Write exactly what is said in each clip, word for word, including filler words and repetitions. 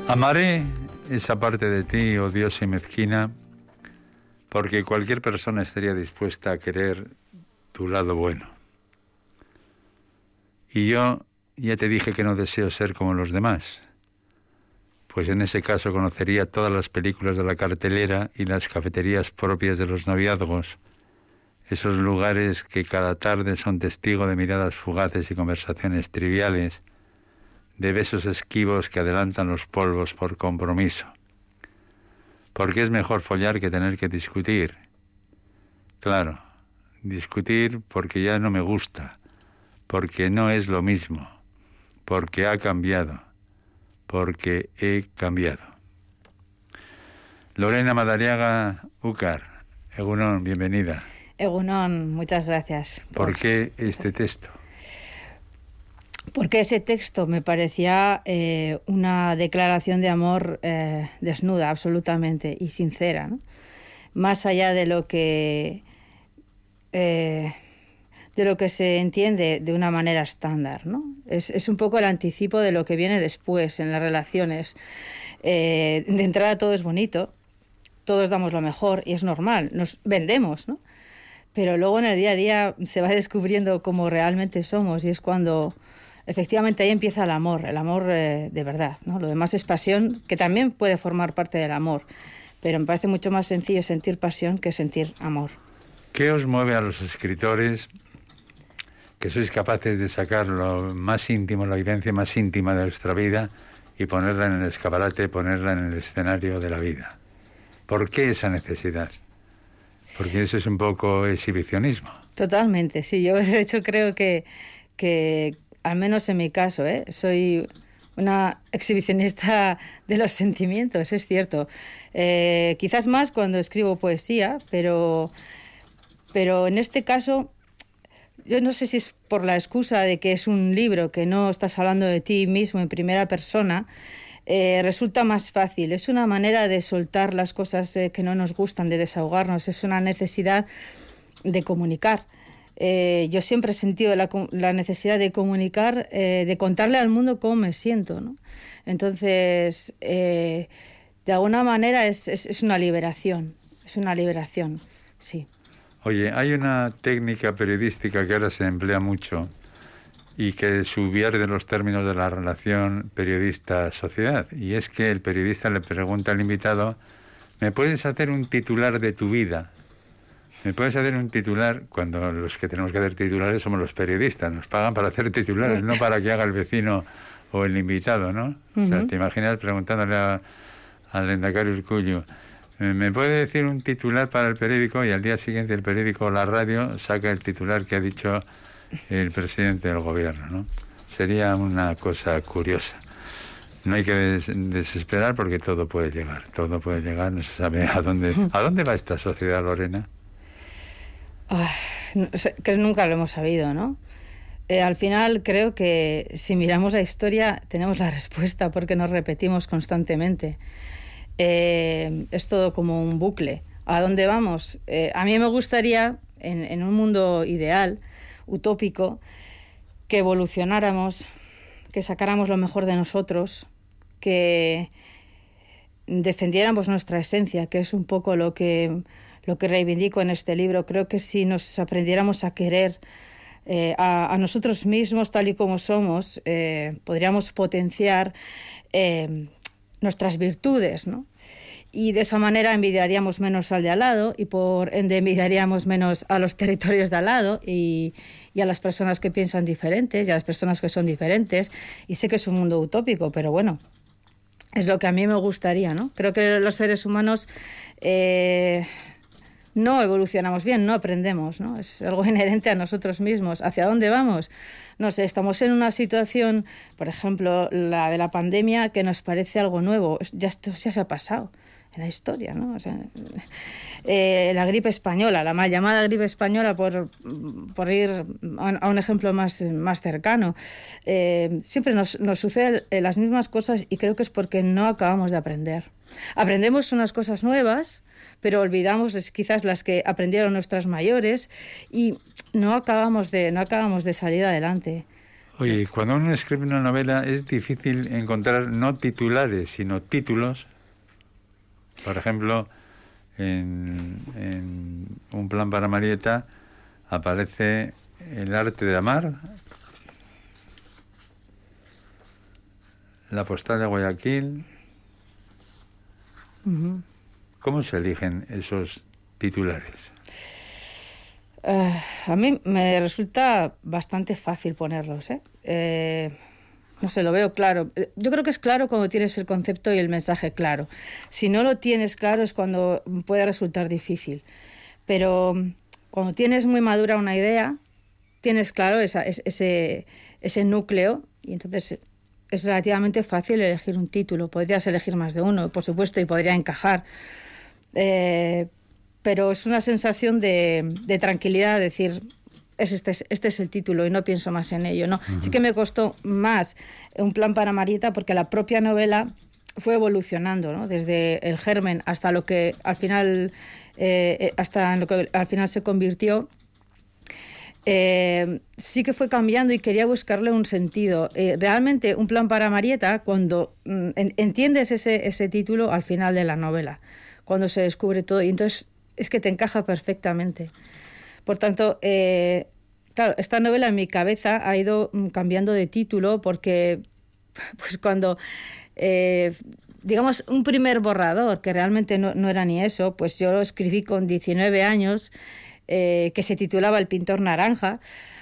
Amaré esa parte de ti, odiosa y mezquina, porque cualquier persona estaría dispuesta a querer tu lado bueno. Y yo ya te dije que no deseo ser como los demás, pues en ese caso conocería todas las películas de la cartelera y las cafeterías propias de los noviazgos, esos lugares que cada tarde son testigo de miradas fugaces y conversaciones triviales, de besos esquivos que adelantan los polvos por compromiso. Porque es mejor follar que tener que discutir. Claro, discutir porque ya no me gusta, porque no es lo mismo, porque ha cambiado, porque he cambiado. Lorena Madariaga Úcar, Egunon, bienvenida. Egunon, muchas gracias. ¿Por, ¿Por qué este texto? Porque ese texto me parecía eh, una declaración de amor eh, desnuda, absolutamente, y sincera, ¿no? Más allá de lo que eh, de lo que se entiende de una manera estándar, ¿no? Es, es un poco el anticipo de lo que viene después en las relaciones. Eh, de entrada todo es bonito, todos damos lo mejor y es normal, nos vendemos, ¿no? Pero luego en el día a día se va descubriendo cómo realmente somos y es cuando efectivamente ahí empieza el amor, el amor eh, de verdad, ¿no? Lo demás es pasión, que también puede formar parte del amor, pero me parece mucho más sencillo sentir pasión que sentir amor. ¿Qué os mueve a los escritores que sois capaces de sacar lo más íntimo, la vivencia más íntima de nuestra vida y ponerla en el escaparate, ponerla en el escenario de la vida? ¿Por qué esa necesidad? Porque eso es un poco exhibicionismo. Totalmente, sí. Yo de hecho creo que, que al menos en mi caso, ¿eh? soy una exhibicionista de los sentimientos, es cierto. Eh, quizás más cuando escribo poesía, pero, pero en este caso, yo no sé si es por la excusa de que es un libro, que no estás hablando de ti mismo en primera persona, eh, resulta más fácil. Es una manera de soltar las cosas eh, que no nos gustan, de desahogarnos, es una necesidad de comunicar. Eh, yo siempre he sentido la, la necesidad de comunicar, eh, de contarle al mundo cómo me siento, ¿no? Entonces, eh, de alguna manera es, es, es una liberación, es una liberación, sí. Oye, hay una técnica periodística que ahora se emplea mucho y que subvierte los términos de la relación periodista-sociedad, y es que el periodista le pregunta al invitado: ¿me puedes hacer un titular de tu vida? ¿Me puedes hacer un titular? Cuando los que tenemos que hacer titulares somos los periodistas, nos pagan para hacer titulares, no para que haga el vecino o el invitado, ¿no? Uh-huh. O sea, te imaginas preguntándole a, al Lehendakari Urkullu: ¿me puede decir un titular para el periódico? Y al día siguiente el periódico o la radio saca el titular que ha dicho el presidente del gobierno, ¿no? Sería una cosa curiosa. No hay que des- desesperar porque todo puede llegar, todo puede llegar, no se sabe a dónde, ¿a dónde va esta sociedad, Lorena? Ay, no, que nunca lo hemos sabido, ¿no? Eh, al final creo que si miramos la historia tenemos la respuesta porque nos repetimos constantemente. Eh, es todo como un bucle. ¿A dónde vamos? Eh, a mí me gustaría, en, en un mundo ideal, utópico, que evolucionáramos, que sacáramos lo mejor de nosotros, que defendiéramos nuestra esencia, que es un poco lo que, lo que reivindico en este libro. Creo que si nos aprendiéramos a querer eh, a, a nosotros mismos tal y como somos, eh, podríamos potenciar eh, nuestras virtudes, ¿no? Y de esa manera envidiaríamos menos al de al lado y por ende envidiaríamos menos a los territorios de al lado y, y a las personas que piensan diferentes y a las personas que son diferentes. Y sé que es un mundo utópico, pero bueno, es lo que a mí me gustaría, ¿no? Creo que los seres humanos eh, no evolucionamos bien, no aprendemos, ¿no? Es algo inherente a nosotros mismos. ¿Hacia dónde vamos? No sé, estamos en una situación, por ejemplo, la de la pandemia, que nos parece algo nuevo. Ya esto ya se ha pasado en la historia, ¿no? O sea, eh, la gripe española, la mal llamada gripe española, por, por ir a un ejemplo más, más cercano, eh, siempre nos, nos suceden las mismas cosas y creo que es porque no acabamos de aprender. Aprendemos unas cosas nuevas, pero olvidamos quizás las que aprendieron nuestras mayores y no acabamos de, no acabamos de salir adelante. Oye, cuando uno escribe una novela es difícil encontrar no titulares, sino títulos. Por ejemplo, en, en Un plan para Marieta aparece El arte de amar, La postal de Guayaquil. Uh-huh. ¿Cómo se eligen esos titulares? Uh, a mí me resulta bastante fácil ponerlos, ¿eh? Eh, no sé, lo veo claro. Yo creo que es claro cuando tienes el concepto y el mensaje claro. Si no lo tienes claro es cuando puede resultar difícil. Pero cuando tienes muy madura una idea, tienes claro esa, ese, ese núcleo y entonces es relativamente fácil elegir un título. Podrías elegir más de uno, por supuesto, y podría encajar. Eh, pero es una sensación de, de tranquilidad, decir, es este, este es el título y no pienso más en ello, ¿no? Uh-huh. Sí que me costó más Un plan para Marieta porque la propia novela fue evolucionando, ¿no? Desde el germen hasta lo que al final, eh, hasta en lo que al final se convirtió. Eh, sí que fue cambiando y quería buscarle un sentido. Eh, realmente Un plan para Marieta, cuando mm, en, entiendes ese, ese título al final de la novela, cuando se descubre todo, y entonces es que te encaja perfectamente. Por tanto, eh, claro, esta novela en mi cabeza ha ido cambiando de título porque pues cuando, eh, digamos, un primer borrador, que realmente no, no era ni eso, pues yo lo escribí con diecinueve años, eh, que se titulaba El pintor naranja.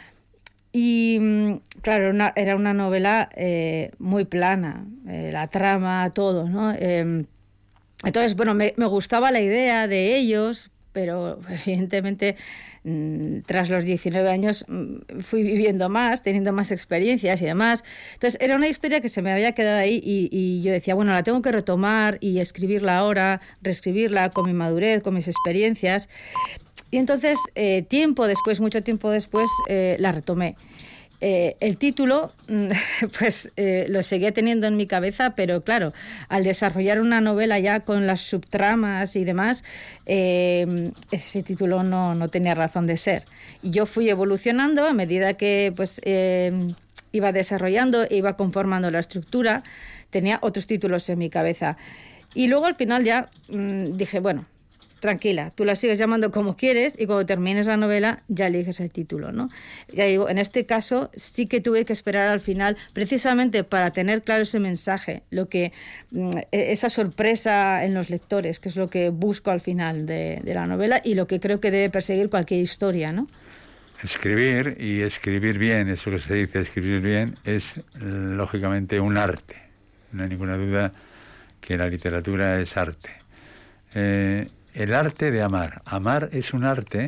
Y claro, una, era una novela eh, muy plana, eh, la trama, todo, ¿no? Eh, entonces, bueno, me, me gustaba la idea de ellos, pero evidentemente mmm, tras los diecinueve años mmm, fui viviendo más, teniendo más experiencias y demás. Entonces era una historia que se me había quedado ahí y, y yo decía, bueno, la tengo que retomar y escribirla ahora, reescribirla con mi madurez, con mis experiencias. Y entonces, eh, tiempo después, mucho tiempo después, eh, la retomé. Eh, el título, pues eh, lo seguía teniendo en mi cabeza, pero claro, al desarrollar una novela ya con las subtramas y demás, eh, ese título no, no tenía razón de ser. Y yo fui evolucionando a medida que pues, eh, iba desarrollando e iba conformando la estructura, tenía otros títulos en mi cabeza. Y luego al final ya mmm, dije, bueno, tranquila, tú la sigues llamando como quieres y cuando termines la novela ya eliges el título, ¿no? Ya digo, en este caso sí que tuve que esperar al final precisamente para tener claro ese mensaje, lo que esa sorpresa en los lectores, que es lo que busco al final de, de la novela y lo que creo que debe perseguir cualquier historia, ¿no? Escribir y escribir bien, eso que se dice escribir bien, es lógicamente un arte. No hay ninguna duda que la literatura es arte. Eh, El arte de amar. ¿Amar es un arte?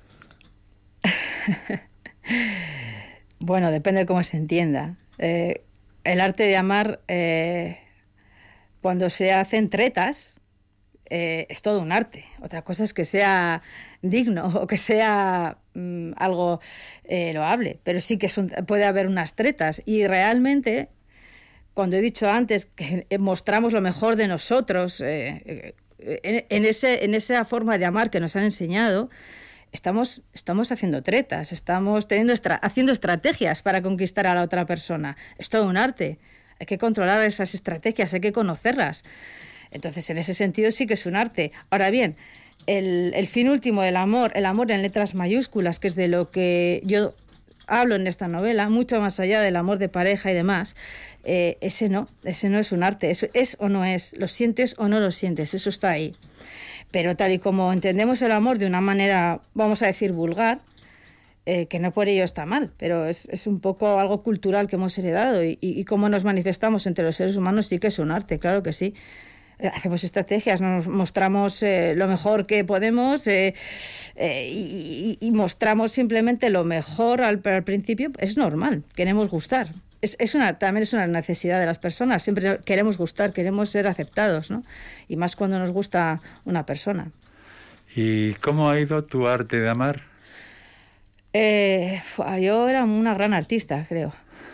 Bueno, depende de cómo se entienda. Eh, el arte de amar, eh, cuando se hacen tretas, eh, es todo un arte. Otra cosa es que sea digno o que sea mm, algo eh, loable, pero sí que es un, puede haber unas tretas. Y realmente, cuando he dicho antes que mostramos lo mejor de nosotros, eh, En, en, ese, en esa forma de amar que nos han enseñado, estamos, estamos haciendo tretas, estamos teniendo estra- haciendo estrategias para conquistar a la otra persona. Es todo un arte. Hay que controlar esas estrategias, hay que conocerlas. Entonces, en ese sentido sí que es un arte. Ahora bien, el, el fin último del amor, el amor en letras mayúsculas, que es de lo que yo hablo en esta novela, mucho más allá del amor de pareja y demás, eh, ese no, ese no es un arte, es, es o no es, lo sientes o no lo sientes, eso está ahí. Pero tal y como entendemos el amor de una manera, vamos a decir, vulgar, eh, que no por ello está mal, pero es, es un poco algo cultural que hemos heredado y, y, y cómo nos manifestamos entre los seres humanos sí que es un arte, claro que sí. Hacemos estrategias, nos mostramos eh, lo mejor que podemos eh, eh, y, y mostramos simplemente lo mejor al, al principio. Es normal, queremos gustar. Es, es una, también es una necesidad de las personas. Siempre queremos gustar, queremos ser aceptados, ¿no? Y más cuando nos gusta una persona. ¿Y cómo ha ido tu arte de amar? Eh, yo era una gran artista, creo.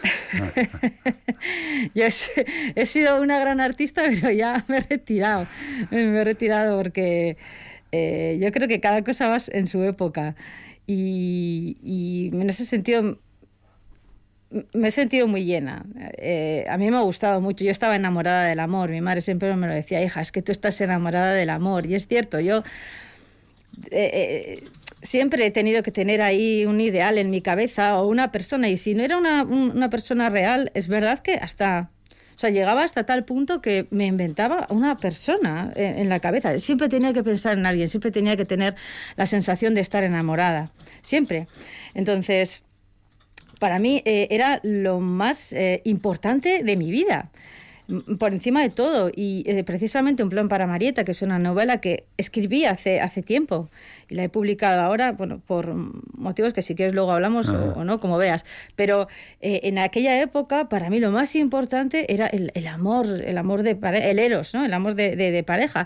Yo he, he sido una gran artista, pero ya me he retirado. Me he retirado porque eh, yo creo que cada cosa va en su época. Y, y en ese sentido me he sentido muy llena. Eh, a mí me ha gustado mucho. Yo estaba enamorada del amor. Mi madre siempre me lo decía, hija, es que tú estás enamorada del amor. Y es cierto, yo eh, eh, siempre he tenido que tener ahí un ideal en mi cabeza o una persona. Y si no era una, una persona real, es verdad que hasta... O sea, llegaba hasta tal punto que me inventaba una persona en, en la cabeza. Siempre tenía que pensar en alguien, siempre tenía que tener la sensación de estar enamorada. Siempre. Entonces... Para mí eh, era lo más eh, importante de mi vida, por encima de todo. Y eh, precisamente Un plan para Marieta, que es una novela que escribí hace, hace tiempo y la he publicado ahora, bueno, por motivos que si quieres luego hablamos o, o no, como veas. Pero eh, en aquella época, para mí lo más importante era el, el amor, el amor de pareja, el eros, ¿no? El amor de, de, de pareja.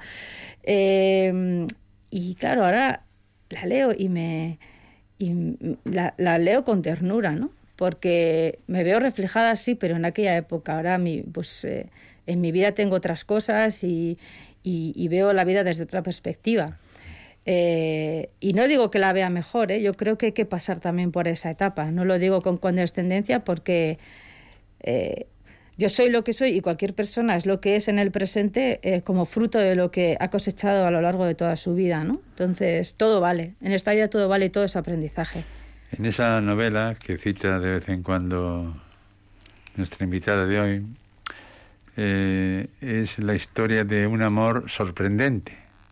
Eh, y claro, ahora la leo y me y la, la leo con ternura, ¿no? Porque me veo reflejada, sí, pero en aquella época. Ahora mi, pues, eh, en mi vida tengo otras cosas y, y, y veo la vida desde otra perspectiva. Eh, y no digo que la vea mejor, ¿eh? Yo creo que hay que pasar también por esa etapa. No lo digo con condescendencia porque eh, yo soy lo que soy y cualquier persona es lo que es en el presente eh, como fruto de lo que ha cosechado a lo largo de toda su vida, ¿no? Entonces, todo vale. En esta vida todo vale y todo es aprendizaje. En esa novela que cita de vez en cuando nuestra invitada de hoy, eh, es la historia de un amor sorprendente.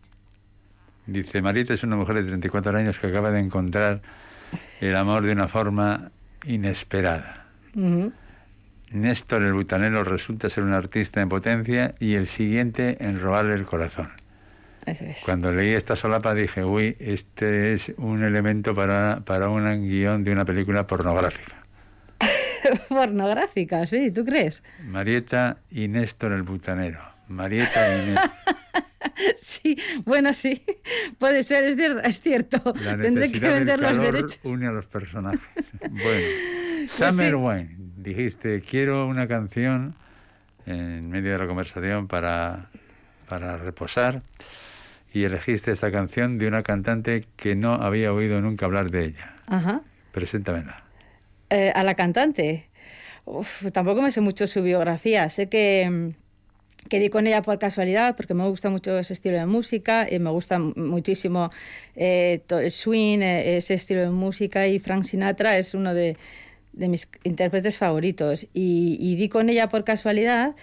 Dice, Marieta es una mujer de treinta y cuatro años que acaba de encontrar el amor de una forma inesperada. Uh-huh. Néstor el butanero resulta ser un artista en potencia y el siguiente en robarle el corazón. Eso es. Cuando leí esta solapa dije, uy, este es un elemento para, para un guión de una película pornográfica. Pornográfica, sí, ¿tú crees? Marieta y Néstor el butanero. Marieta y Néstor. Sí, bueno, sí, puede ser, es cierto. Es cierto. Tendré que vender los derechos. Une a los personajes. Bueno, Summer sí. Wine, dijiste, quiero una canción en medio de la conversación para, para reposar. Y elegiste esta canción de una cantante que no había oído nunca hablar de ella. Ajá. Preséntamela. Eh, ¿A la cantante? Uf, tampoco me sé mucho su biografía. Sé que, que di con ella por casualidad, porque me gusta mucho ese estilo de música, y me gusta muchísimo eh, el swing, eh, ese estilo de música, y Frank Sinatra es uno de, de mis intérpretes favoritos. Y, y di con ella por casualidad.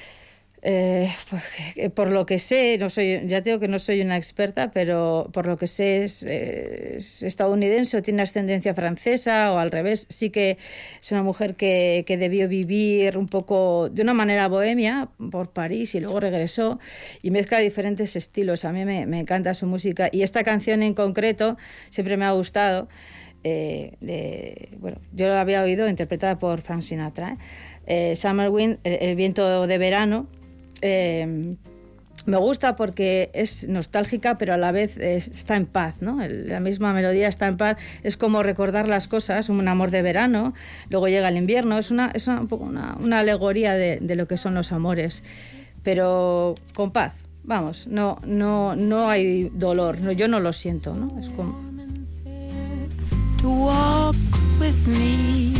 Eh, pues, por lo que sé, no soy, ya digo que no soy una experta, pero por lo que sé es, es estadounidense o tiene ascendencia francesa o al revés. Sí que es una mujer que, que debió vivir un poco de una manera bohemia por París y luego regresó y mezcla diferentes estilos. A mí me, me encanta su música y esta canción en concreto siempre me ha gustado. Eh, de, bueno, yo la había oído interpretada por Frank Sinatra, ¿eh? Eh, Summer Wind, el, el viento de verano. Eh, me gusta porque es nostálgica, pero a la vez es, está en paz, ¿no? El, la misma melodía está en paz. Es como recordar las cosas, un amor de verano, luego llega el invierno. Es una, es una, un poco una, una alegoría de, de lo que son los amores, pero con paz. Vamos, no, no, no hay dolor. No, yo no lo siento, ¿no? Es como... To walk with me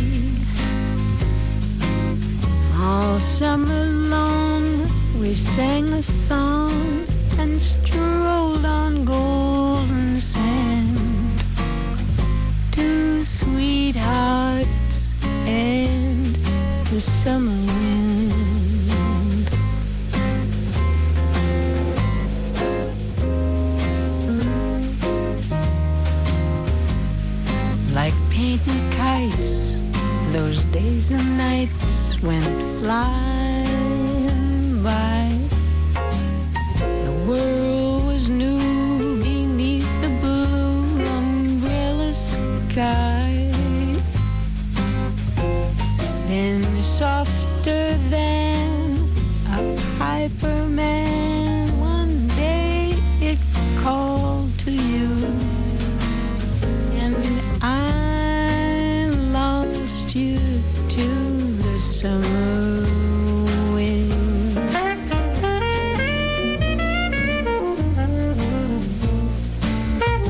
all summer long. We sang a song and strolled on golden sand. Two sweethearts and the summer wind. Like painting kites, those days and nights went flying by. The world was new beneath the blue umbrella sky. Then softer than a piper man, one day it called to you, and I lost you to the summer.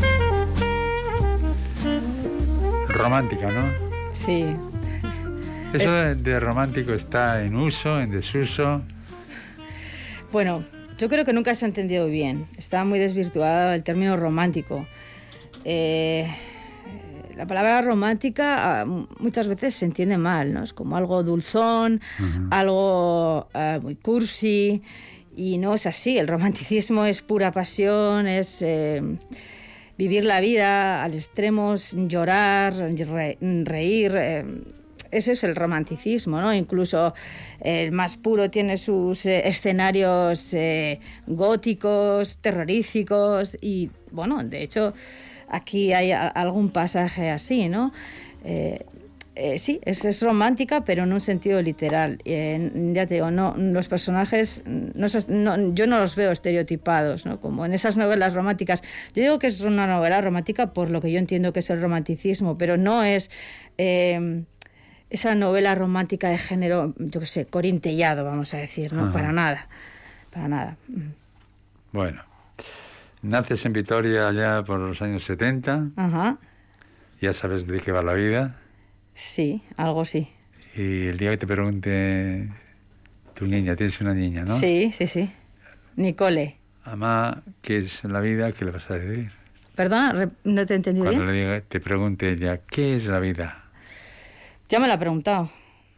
Romántica, ¿no? Sí. ¿Eso Es, de, de romántico está en uso, en desuso? bueno, yo creo que nunca se ha entendido bien. Está muy desvirtuado el término romántico. Eh, la palabra romántica uh, muchas veces se entiende mal, ¿no? Es como algo dulzón, uh-huh. algo uh, muy cursi, y no es así. El romanticismo es pura pasión, es eh, vivir la vida al extremo, llorar, re, reír. Eh, ese es el romanticismo, ¿no? Incluso el más puro tiene sus eh, escenarios eh, góticos, terroríficos, y bueno, de hecho aquí hay a, algún pasaje así, ¿no? Eh, eh, sí, es, es romántica, pero en un sentido literal. Eh, ya te digo, no, los personajes, no, no, yo no los veo estereotipados, ¿no? Como en esas novelas románticas. Yo digo que es una novela romántica por lo que yo entiendo que es el romanticismo, pero no es eh, esa novela romántica de género, yo qué sé, corintellado, vamos a decir, ¿no? Ajá. Para nada, para nada. Bueno. Naces en Vitoria allá por los años setenta. Ajá. Ya sabes de qué va la vida. Sí, algo sí. Y el día que te pregunte tu niña, tienes una niña, ¿no? Sí, sí, sí. Nicole. Mamá, ¿qué es la vida? ¿Qué le vas a decir? Perdona, no te he entendido bien. Cuando le diga, te pregunte ella, ¿qué es la vida? Ya me la ha preguntado.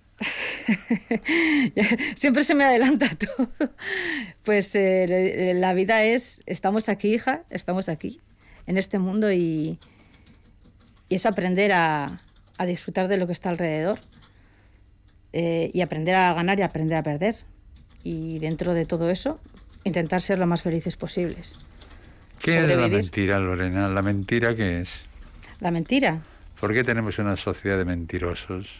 Siempre se me adelanta todo. Pues eh, la vida es, estamos aquí, hija, estamos aquí, en este mundo, y, y es aprender a, a disfrutar de lo que está alrededor, eh, y aprender a ganar y aprender a perder. Y dentro de todo eso, intentar ser lo más felices posibles. ¿Qué Sobrevivir. Es la mentira, Lorena? ¿La mentira qué es? La mentira. ¿Por qué tenemos una sociedad de mentirosos?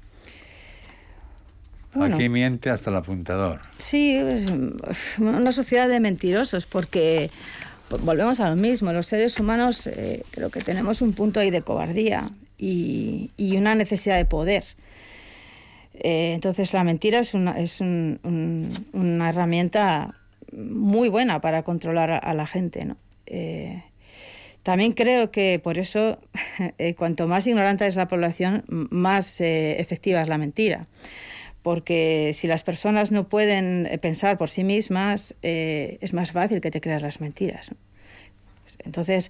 Bueno, aquí miente hasta el apuntador. Sí, es una sociedad de mentirosos, porque volvemos a lo mismo. Los seres humanos eh, creo que tenemos un punto ahí de cobardía y, y una necesidad de poder. Eh, entonces la mentira es, una, es un, un, una herramienta muy buena para controlar a, a la gente, ¿no? Eh, también creo que por eso eh, cuanto más ignorante es la población, más eh, efectiva es la mentira. Porque si las personas no pueden pensar por sí mismas, eh, es más fácil que te creas las mentiras. Entonces,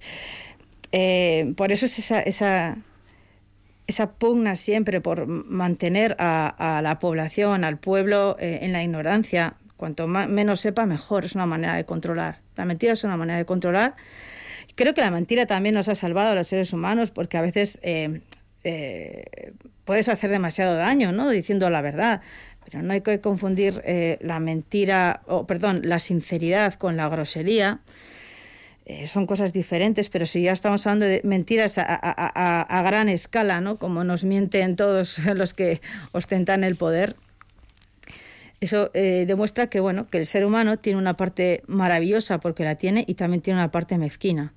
eh, por eso es esa, esa, esa pugna siempre por mantener a, a la población, al pueblo, eh, en la ignorancia. Cuanto más, menos sepa, mejor. Es una manera de controlar. La mentira es una manera de controlar. Creo que la mentira también nos ha salvado a los seres humanos, porque a veces Eh, Eh, puedes hacer demasiado daño, ¿no? Diciendo la verdad, pero no hay que confundir eh, la mentira, o oh, perdón, la sinceridad con la grosería. Eh, son cosas diferentes, pero si ya estamos hablando de mentiras a, a, a, a gran escala, ¿no? Como nos mienten todos los que ostentan el poder, eso eh, demuestra que, bueno, que el ser humano tiene una parte maravillosa, porque la tiene, y también tiene una parte mezquina.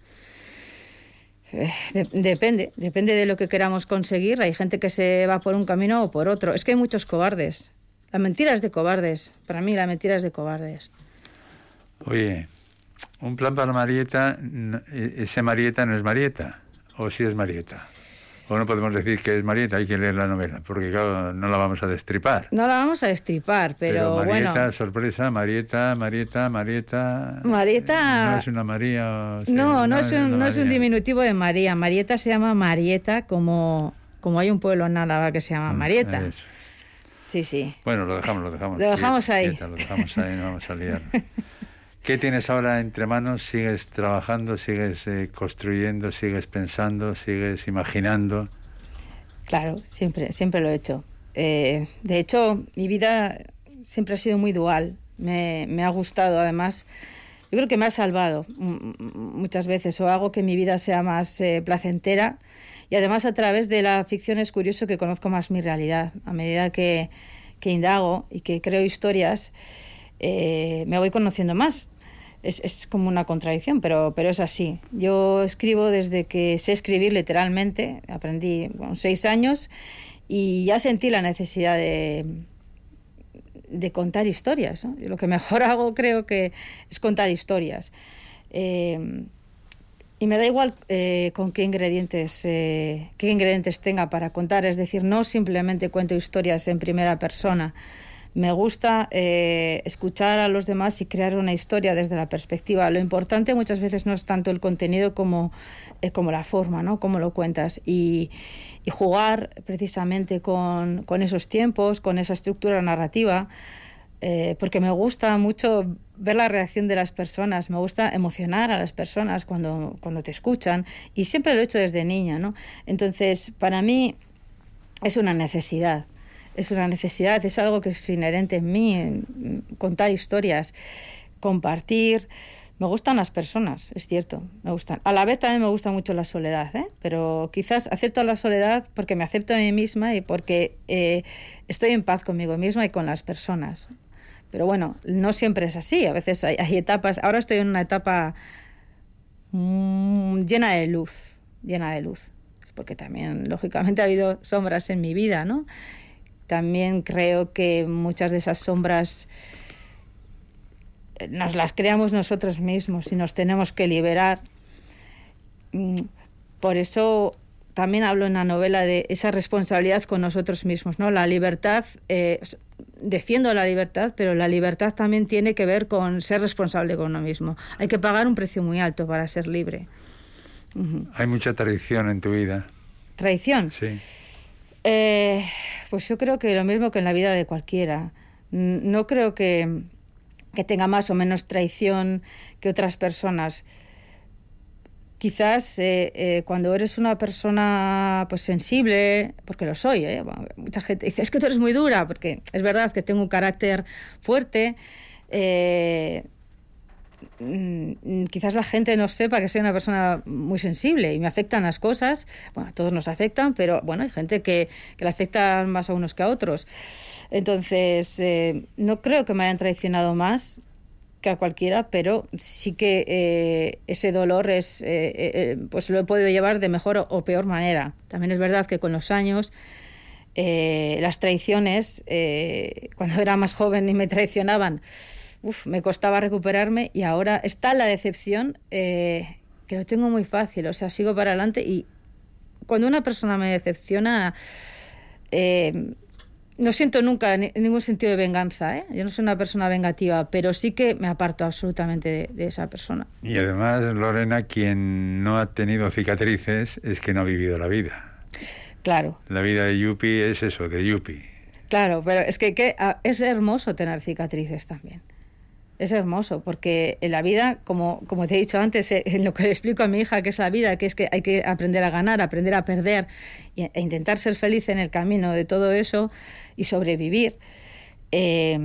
De, depende, depende de lo que queramos conseguir. Hay gente que se va por un camino o por otro. Es que hay muchos cobardes. La mentira es de cobardes. Para mí la mentira es de cobardes. Oye, un plan para Marieta, ¿ese Marieta no es Marieta? ¿O sí es Marieta? O no podemos decir que es Marieta, hay que leer la novela, porque claro, no la vamos a destripar. No la vamos a destripar, pero, pero Marieta, bueno... sorpresa, Marieta, Marieta, Marieta... Marieta... ¿No es una María? O sea, no, no, no, es un, es no es un diminutivo de María. Marieta se llama Marieta, como, como hay un pueblo en Álava que se llama Marieta. Eso. Sí, sí. Bueno, lo dejamos, lo dejamos. Lo dejamos quieta, ahí. Quieta, lo dejamos ahí, no vamos a liar. ¿Qué tienes ahora entre manos? ¿Sigues trabajando, sigues eh, construyendo, sigues pensando, sigues imaginando? Claro, siempre, siempre lo he hecho. Eh, de hecho, mi vida siempre ha sido muy dual. Me, me ha gustado, además. Yo creo que me ha salvado muchas veces, o hago que mi vida sea más eh, placentera. Y además, a través de la ficción es curioso que conozco más mi realidad. A medida que, que indago y que creo historias, eh, me voy conociendo más. Es, es como una contradicción, pero, pero es así. Yo escribo desde que sé escribir literalmente. Aprendí con seis años y ya sentí la necesidad de, de contar historias, ¿no? Lo que mejor hago, creo que es contar historias. Eh, y me da igual eh, con qué ingredientes, eh, qué ingredientes tenga para contar. Es decir, no simplemente cuento historias en primera persona. Me gusta eh, escuchar a los demás y crear una historia desde la perspectiva. Lo importante muchas veces no es tanto el contenido como, eh, como la forma, ¿no? Cómo lo cuentas. Y, y jugar precisamente con, con esos tiempos, con esa estructura narrativa, eh, porque me gusta mucho ver la reacción de las personas, me gusta emocionar a las personas cuando, cuando te escuchan, y siempre lo he hecho desde niña, ¿no? Entonces, para mí es una necesidad. Es una necesidad, es algo que es inherente en mí, en contar historias, compartir. Me gustan las personas, es cierto, me gustan. A la vez también me gusta mucho la soledad, ¿eh? Pero quizás acepto la soledad porque me acepto a mí misma y porque eh, estoy en paz conmigo misma y con las personas. Pero bueno, no siempre es así, a veces hay, hay etapas. Ahora estoy en una etapa mmm, llena de luz, llena de luz, porque también, lógicamente, ha habido sombras en mi vida, ¿no? También creo que muchas de esas sombras nos las creamos nosotros mismos y nos tenemos que liberar. Por eso también hablo en la novela de esa responsabilidad con nosotros mismos, ¿no? La libertad, eh, defiendo la libertad, pero la libertad también tiene que ver con ser responsable con uno mismo. Hay que pagar un precio muy alto para ser libre. Uh-huh. Hay mucha traición en tu vida. ¿Traición? Sí. Eh, pues yo creo que lo mismo que en la vida de cualquiera. No creo que, que tenga más o menos traición que otras personas. Quizás eh, eh, cuando eres una persona pues sensible, porque lo soy, ¿eh? Bueno, mucha gente dice, es que tú eres muy dura, porque es verdad que tengo un carácter fuerte. Eh, quizás la gente no sepa que soy una persona muy sensible y me afectan las cosas. Bueno, a todos nos afectan, pero bueno, hay gente que, que le afectan más a unos que a otros. Entonces, eh, no creo que me hayan traicionado más que a cualquiera, pero sí que eh, ese dolor es, eh, eh, pues lo he podido llevar de mejor o, o peor manera. También es verdad que con los años eh, las traiciones, eh, cuando era más joven y me traicionaban, uf, me costaba recuperarme, y ahora está la decepción, eh, que lo tengo muy fácil, o sea, sigo para adelante. Y cuando una persona me decepciona, eh, no siento nunca ni, ningún sentido de venganza, ¿eh? Yo no soy una persona vengativa, pero sí que me aparto absolutamente de, de esa persona. Y además, Lorena, quien no ha tenido cicatrices es que no ha vivido la vida. Claro. La vida de Yupi es eso, de Yupi. Claro, pero es que, que es hermoso tener cicatrices también. Es hermoso, porque en la vida, como, como te he dicho antes, en lo que le explico a mi hija que es la vida, que es que hay que aprender a ganar, aprender a perder e intentar ser feliz en el camino de todo eso y sobrevivir. Eh,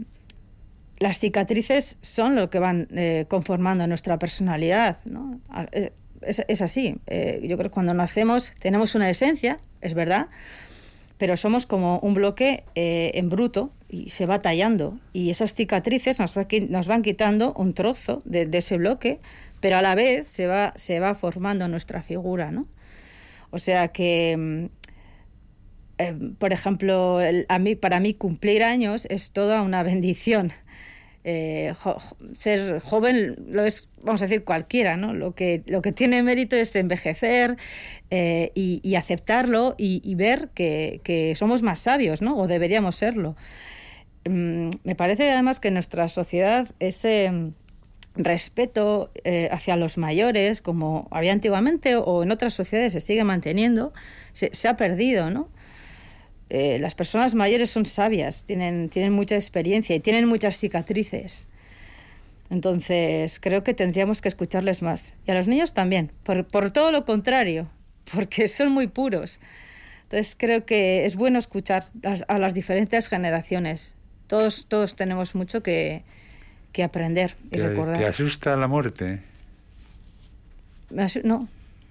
las cicatrices son lo que van eh, conformando nuestra personalidad, ¿no? Es, es así. Eh, yo creo que cuando nacemos tenemos una esencia, es verdad, pero somos como un bloque eh, en bruto y se va tallando. Y esas cicatrices nos, va, nos van quitando un trozo de, de ese bloque, pero a la vez se va, se va formando nuestra figura, ¿no? O sea que, eh, por ejemplo, el, a mí, para mí cumplir años es toda una bendición. Eh, jo, ser joven lo es, vamos a decir, cualquiera, ¿no? Lo que, lo que tiene mérito es envejecer eh, y, y aceptarlo y, y ver que, que somos más sabios, ¿no? O deberíamos serlo. Mm, me parece además que en nuestra sociedad ese respeto eh, hacia los mayores, como había antiguamente o en otras sociedades se sigue manteniendo, se, se ha perdido, ¿no? Eh, las personas mayores son sabias, tienen, tienen mucha experiencia y tienen muchas cicatrices. Entonces, creo que tendríamos que escucharles más. Y a los niños también, por, por todo lo contrario, porque son muy puros. Entonces, creo que es bueno escuchar las, a las diferentes generaciones. Todos, todos tenemos mucho que, que aprender y ¿Te, recordar. ¿Te asusta la muerte? Me asu- no.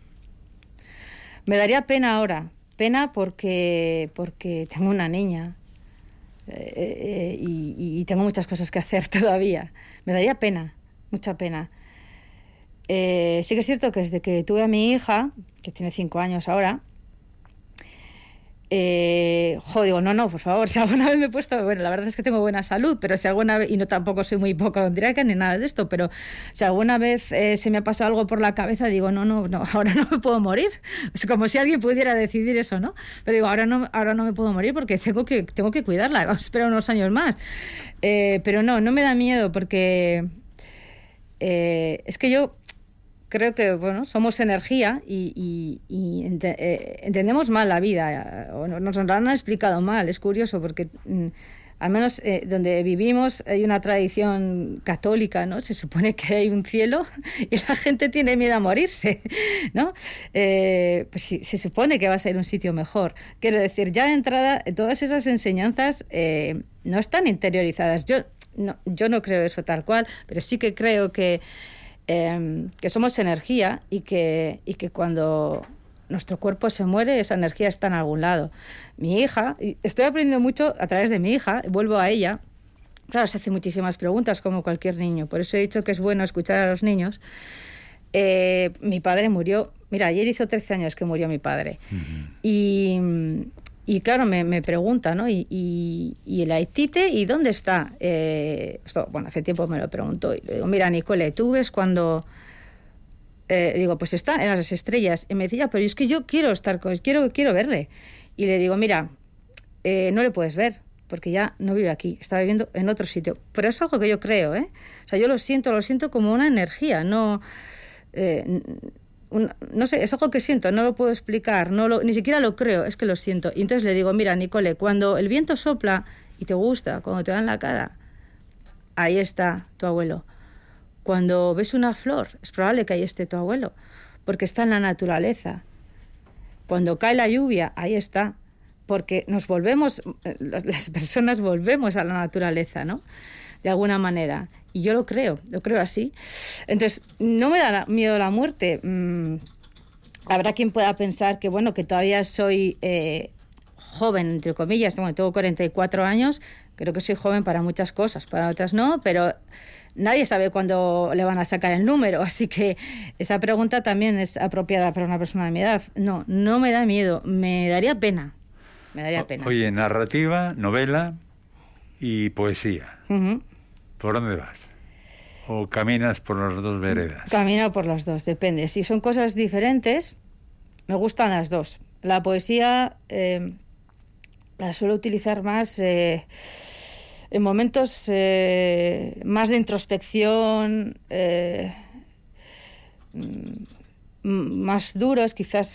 Me daría pena ahora. Pena porque, porque tengo una niña eh, eh, y, y tengo muchas cosas que hacer todavía. Me daría pena, mucha pena. Eh, sí que es cierto que desde que tuve a mi hija, que tiene cinco años ahora, Eh, jo, digo, no, no, por favor, si alguna vez me he puesto, bueno, la verdad es que tengo buena salud, pero si alguna vez, y no tampoco soy muy hipocondríaca ni nada de esto, pero si alguna vez eh, se me ha pasado algo por la cabeza, digo, no, no, no, ahora no me puedo morir. Es como si alguien pudiera decidir eso, ¿no? Pero digo, ahora no, ahora no me puedo morir porque tengo que, tengo que cuidarla, vamos a esperar unos años más. Eh, pero no, no me da miedo porque eh, es que yo... Creo que bueno, somos energía y, y, y ente, eh, entendemos mal la vida, o nos lo han explicado mal. Es curioso porque mm, al menos eh, donde vivimos hay una tradición católica, ¿no? Se supone que hay un cielo y la gente tiene miedo a morirse, ¿no? Eh, pues sí, se supone que va a ser un sitio mejor. Quiero decir, ya de entrada, todas esas enseñanzas eh, no están interiorizadas. Yo no, yo no creo eso tal cual, pero sí que creo que Eh, que somos energía y que, y que cuando nuestro cuerpo se muere, esa energía está en algún lado. Mi hija, estoy aprendiendo mucho a través de mi hija, vuelvo a ella, claro, se hace muchísimas preguntas como cualquier niño, por eso he dicho que es bueno escuchar a los niños. Eh, mi padre murió, mira, ayer hizo trece años que murió mi padre. Uh-huh. y... Y claro, me, me pregunta, ¿no? ¿Y, y, y el Aitite? ¿Y dónde está? Eh, esto, bueno, hace tiempo me lo preguntó. Y le digo, mira, Nicole, ¿tú ves cuando...? Eh, digo, pues está en las estrellas. Y me decía, pero es que yo quiero estar con... Quiero, quiero verle. Y le digo, mira, eh, no le puedes ver, porque ya no vive aquí. Está viviendo en otro sitio. Pero es algo que yo creo, ¿eh? O sea, yo lo siento, lo siento como una energía, no... Eh, Un, no sé, es algo que siento, no lo puedo explicar, no lo, ni siquiera lo creo, es que lo siento. Y entonces le digo, mira, Nicole, cuando el viento sopla y te gusta, cuando te da en la cara, ahí está tu abuelo. Cuando ves una flor, es probable que ahí esté tu abuelo, porque está en la naturaleza. Cuando cae la lluvia, ahí está, porque nos volvemos, las personas volvemos a la naturaleza, ¿no? De alguna manera. Y yo lo creo, lo creo así. Entonces, no me da miedo la muerte. Mm, habrá quien pueda pensar que, bueno, que todavía soy eh, joven, entre comillas. Bueno, tengo cuarenta y cuatro años, creo que soy joven para muchas cosas, para otras no, pero nadie sabe cuándo le van a sacar el número. Así que esa pregunta también es apropiada para una persona de mi edad. No, no me da miedo, me daría pena. Me daría pena. Oye, narrativa, novela y poesía. Uh-huh. ¿Por dónde vas? ¿O caminas por las dos veredas? Camino por las dos, depende. Si son cosas diferentes, me gustan las dos. La poesía eh, la suelo utilizar más eh, en momentos eh, más de introspección, eh, más duros, quizás.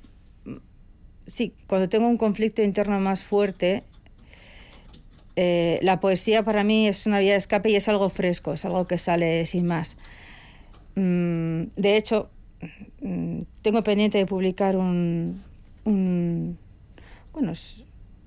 Sí, cuando tengo un conflicto interno más fuerte, Eh, la poesía para mí es una vía de escape y es algo fresco, es algo que sale sin más. Mm, de hecho, mm, tengo pendiente de publicar un... un bueno, es,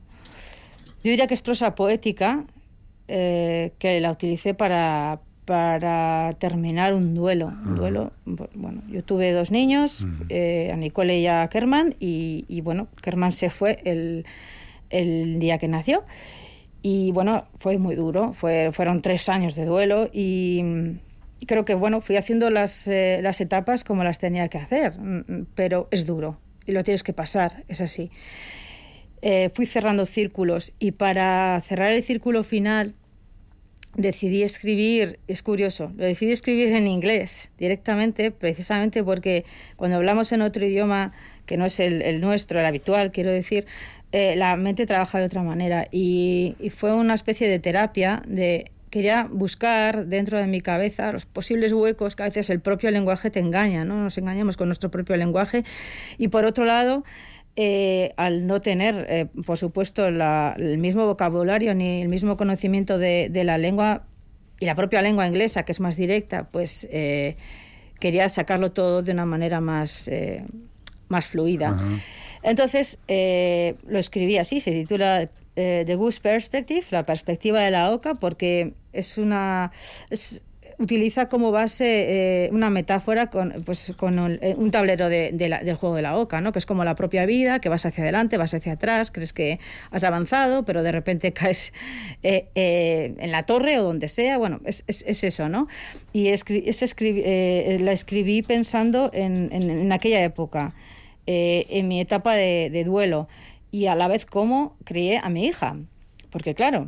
yo diría que es prosa poética, eh, que la utilicé para, para terminar un duelo. Uh-huh. Un duelo, bueno, yo tuve dos niños, uh-huh. eh, a Nicole y a Kerman, y, y bueno, Kerman se fue el, el día que nació. Y bueno, fue muy duro, fue, fueron tres años de duelo y, y creo que bueno, fui haciendo las, eh, las etapas como las tenía que hacer, pero es duro y lo tienes que pasar, es así. Eh, fui cerrando círculos y para cerrar el círculo final decidí escribir, es curioso, lo decidí escribir en inglés directamente, precisamente porque cuando hablamos en otro idioma que no es el, el nuestro, el habitual, quiero decir, Eh, la mente trabaja de otra manera y, y fue una especie de terapia de quería buscar dentro de mi cabeza los posibles huecos que a veces el propio lenguaje te engaña, ¿no? Nos engañamos con nuestro propio lenguaje y por otro lado eh, al no tener eh, por supuesto la, el mismo vocabulario ni el mismo conocimiento de, de la lengua y la propia lengua inglesa que es más directa, pues eh, quería sacarlo todo de una manera más, eh, más fluida. Uh-huh. Entonces, eh, lo escribí así, se titula eh, The Goose Perspective, la perspectiva de la oca, porque es una es, utiliza como base eh, una metáfora con, pues, con un, un tablero de, de la, del juego de la oca, ¿no? Que es como la propia vida, que vas hacia adelante, vas hacia atrás, crees que has avanzado, pero de repente caes eh, eh, en la torre o donde sea. Bueno, es, es, es eso, ¿no? Y escri- es escri- eh, la escribí pensando en, en, en aquella época. Eh, en mi etapa de, de duelo y a la vez cómo crié a mi hija. Porque claro,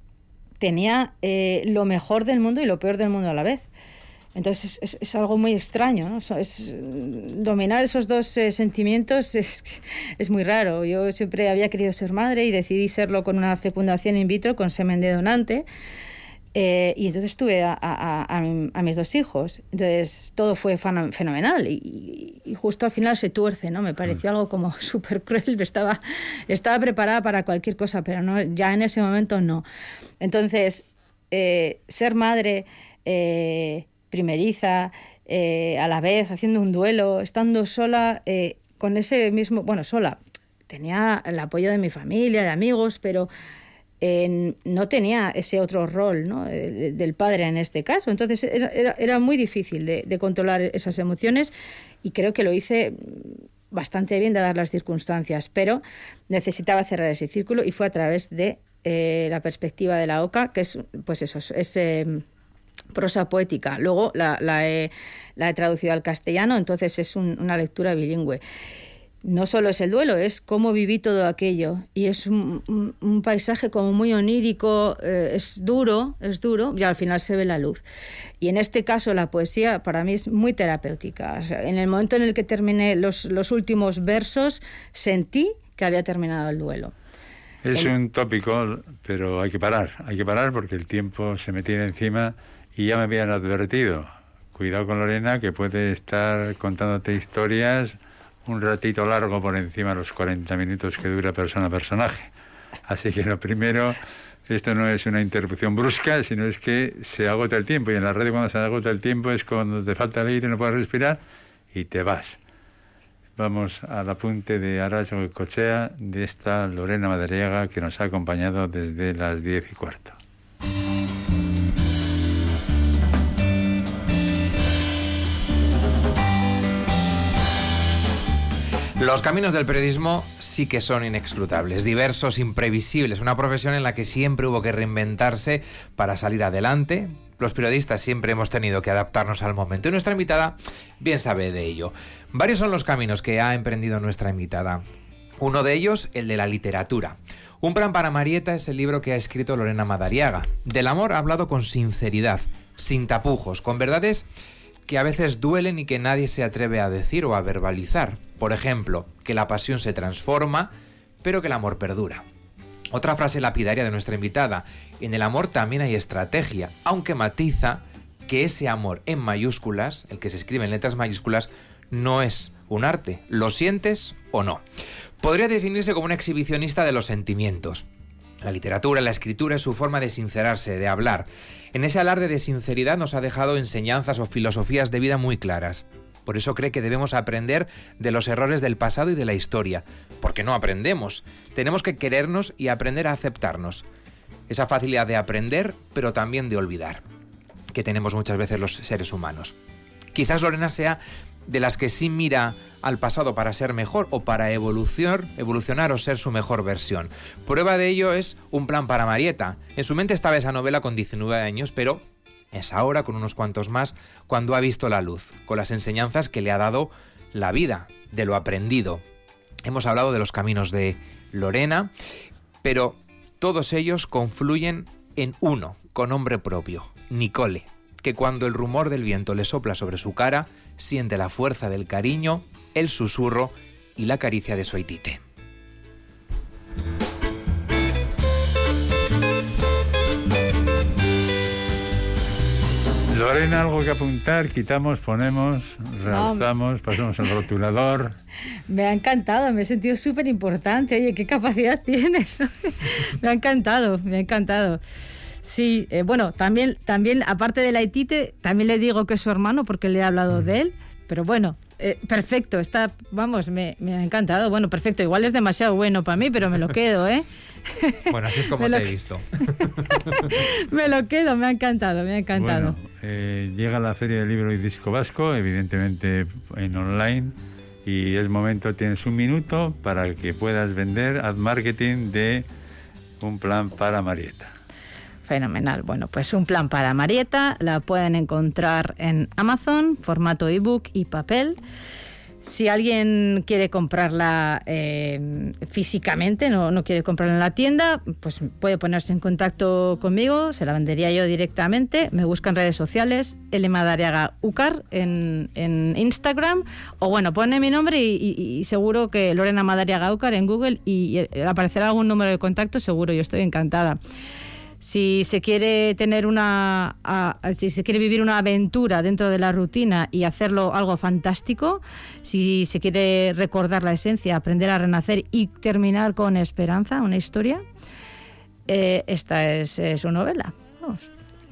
tenía eh, lo mejor del mundo y lo peor del mundo a la vez. Entonces es, es algo muy extraño, ¿no? Es, dominar esos dos eh, sentimientos es, es muy raro. Yo siempre había querido ser madre y decidí serlo con una fecundación in vitro, con semen de donante. Eh, y entonces tuve a, a, a, a mis dos hijos. Entonces todo fue fenomenal y, y justo al final se tuerce, ¿no? Me pareció algo como súper cruel. Estaba, estaba preparada para cualquier cosa, pero no, ya en ese momento no. Entonces, eh, ser madre... Eh, primeriza, eh, a la vez haciendo un duelo, estando sola, eh, con ese mismo, bueno, sola, tenía el apoyo de mi familia, de amigos, pero eh, no tenía ese otro rol, ¿no? Eh, del padre en este caso. Entonces era, era, era muy difícil de, de controlar esas emociones y creo que lo hice bastante bien dadas las circunstancias, pero necesitaba cerrar ese círculo y fue a través de eh, la perspectiva de la Oca, que es, pues eso, es... Eh, prosa poética. Luego la, la, he, la he traducido al castellano, entonces es un, una lectura bilingüe. No solo es el duelo, es cómo viví todo aquello. Y es un, un, un paisaje como muy onírico, eh, es duro, es duro, y al final se ve la luz. Y en este caso la poesía para mí es muy terapéutica. O sea, en el momento en el que terminé los, los últimos versos, sentí que había terminado el duelo. Es el... un tópico, pero hay que parar, hay que parar porque el tiempo se me tiene encima. Y ya me habían advertido, cuidado con Lorena, que puede estar contándote historias un ratito largo por encima de los cuarenta minutos que dura persona-personaje. Así que lo primero, esto no es una interrupción brusca, sino es que se agota el tiempo. Y en la radio cuando se agota el tiempo es cuando te falta el aire, no puedes respirar y te vas. Vamos al apunte de Arantxa Goikoetxea de esta Lorena Madariaga que nos ha acompañado desde las diez y cuarto. Los caminos del periodismo sí que son inescrutables, diversos, imprevisibles, una profesión en la que siempre hubo que reinventarse para salir adelante. Los periodistas siempre hemos tenido que adaptarnos al momento y nuestra invitada bien sabe de ello. Varios son los caminos que ha emprendido nuestra invitada. Uno de ellos, el de la literatura. Un plan para Marieta es el libro que ha escrito Lorena Madariaga. Del amor ha hablado con sinceridad, sin tapujos, con verdades que a veces duelen y que nadie se atreve a decir o a verbalizar. Por ejemplo, que la pasión se transforma, pero que el amor perdura. Otra frase lapidaria de nuestra invitada: en el amor también hay estrategia, aunque matiza que ese amor en mayúsculas, el que se escribe en letras mayúsculas, no es un arte. ¿Lo sientes o no? Podría definirse como una exhibicionista de los sentimientos. La literatura, la escritura es su forma de sincerarse, de hablar. En ese alarde de sinceridad nos ha dejado enseñanzas o filosofías de vida muy claras. Por eso cree que debemos aprender de los errores del pasado y de la historia. Porque no aprendemos. Tenemos que querernos y aprender a aceptarnos. Esa facilidad de aprender, pero también de olvidar, que tenemos muchas veces los seres humanos. Quizás Lorena sea de las que sí mira al pasado para ser mejor o para evolucionar, evolucionar o ser su mejor versión. Prueba de ello es Un plan para Marieta. En su mente estaba esa novela con diecinueve años, pero es ahora, con unos cuantos más, cuando ha visto la luz, con las enseñanzas que le ha dado la vida, de lo aprendido. Hemos hablado de los caminos de Lorena, pero todos ellos confluyen en uno, con nombre propio, Nicole, que cuando el rumor del viento le sopla sobre su cara, siente la fuerza del cariño, el susurro y la caricia de su aitite. Lorena, algo que apuntar, quitamos, ponemos, realzamos, no. Pasamos el rotulador. Me ha encantado, me he sentido súper importante. Oye, ¿qué capacidad tienes? Me ha encantado, me ha encantado. Sí, eh, bueno, también, también, aparte de la aitite, también le digo que es su hermano porque le he hablado de él, pero bueno, eh, perfecto, está, vamos, me, me ha encantado. Bueno, perfecto, igual es demasiado bueno para mí, pero me lo quedo, ¿eh? Bueno, así es como te he visto. Me lo quedo, me ha encantado, me ha encantado. Bueno, eh, llega la Feria del Libro y Disco Vasco, evidentemente en online, y es momento, tienes un minuto para que puedas vender ad marketing de Un plan para Marieta. Fenomenal. Bueno, pues Un plan para Marieta la pueden encontrar en Amazon, formato ebook y papel. Si alguien quiere comprarla eh, físicamente, no, no quiere comprarla en la tienda, pues puede ponerse en contacto conmigo, se la vendería yo directamente. Me busca en redes sociales, L. Madariaga Úcar en, en Instagram, o bueno, pone mi nombre y, y, y seguro que Lorena Madariaga Úcar en Google y, y aparecerá algún número de contacto, seguro, yo estoy encantada. Si se quiere tener una, a, si se quiere vivir una aventura dentro de la rutina y hacerlo algo fantástico, si se quiere recordar la esencia, aprender a renacer y terminar con esperanza, una historia, eh, esta es, es su novela. Vamos.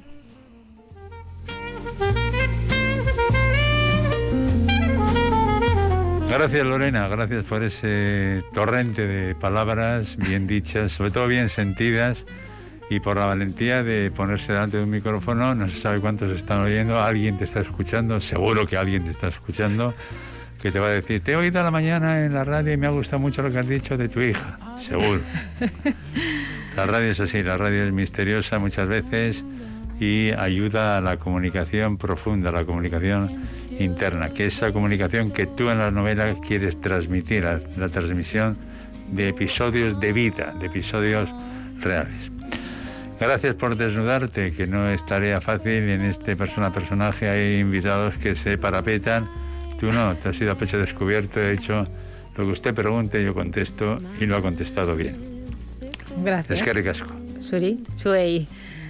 Gracias, Lorena, gracias por ese torrente de palabras bien dichas, sobre todo bien sentidas, y por la valentía de ponerse delante de un micrófono. No se sabe cuántos están oyendo, alguien te está escuchando, seguro que alguien te está escuchando, que te va a decir, te he oído a la mañana en la radio y me ha gustado mucho lo que has dicho de tu hija, seguro. La radio es así, la radio es misteriosa muchas veces y ayuda a la comunicación profunda, a la comunicación interna, que es esa comunicación que tú en la novela quieres transmitir, la, la transmisión de episodios de vida, de episodios reales. Gracias por desnudarte, que no es tarea fácil. En este persona personaje hay invitados que se parapetan. Tú no, te has ido a pecho descubierto. He dicho lo que usted pregunte, yo contesto y lo ha contestado bien. Gracias. Eskerrik asko. Zuri, zuei.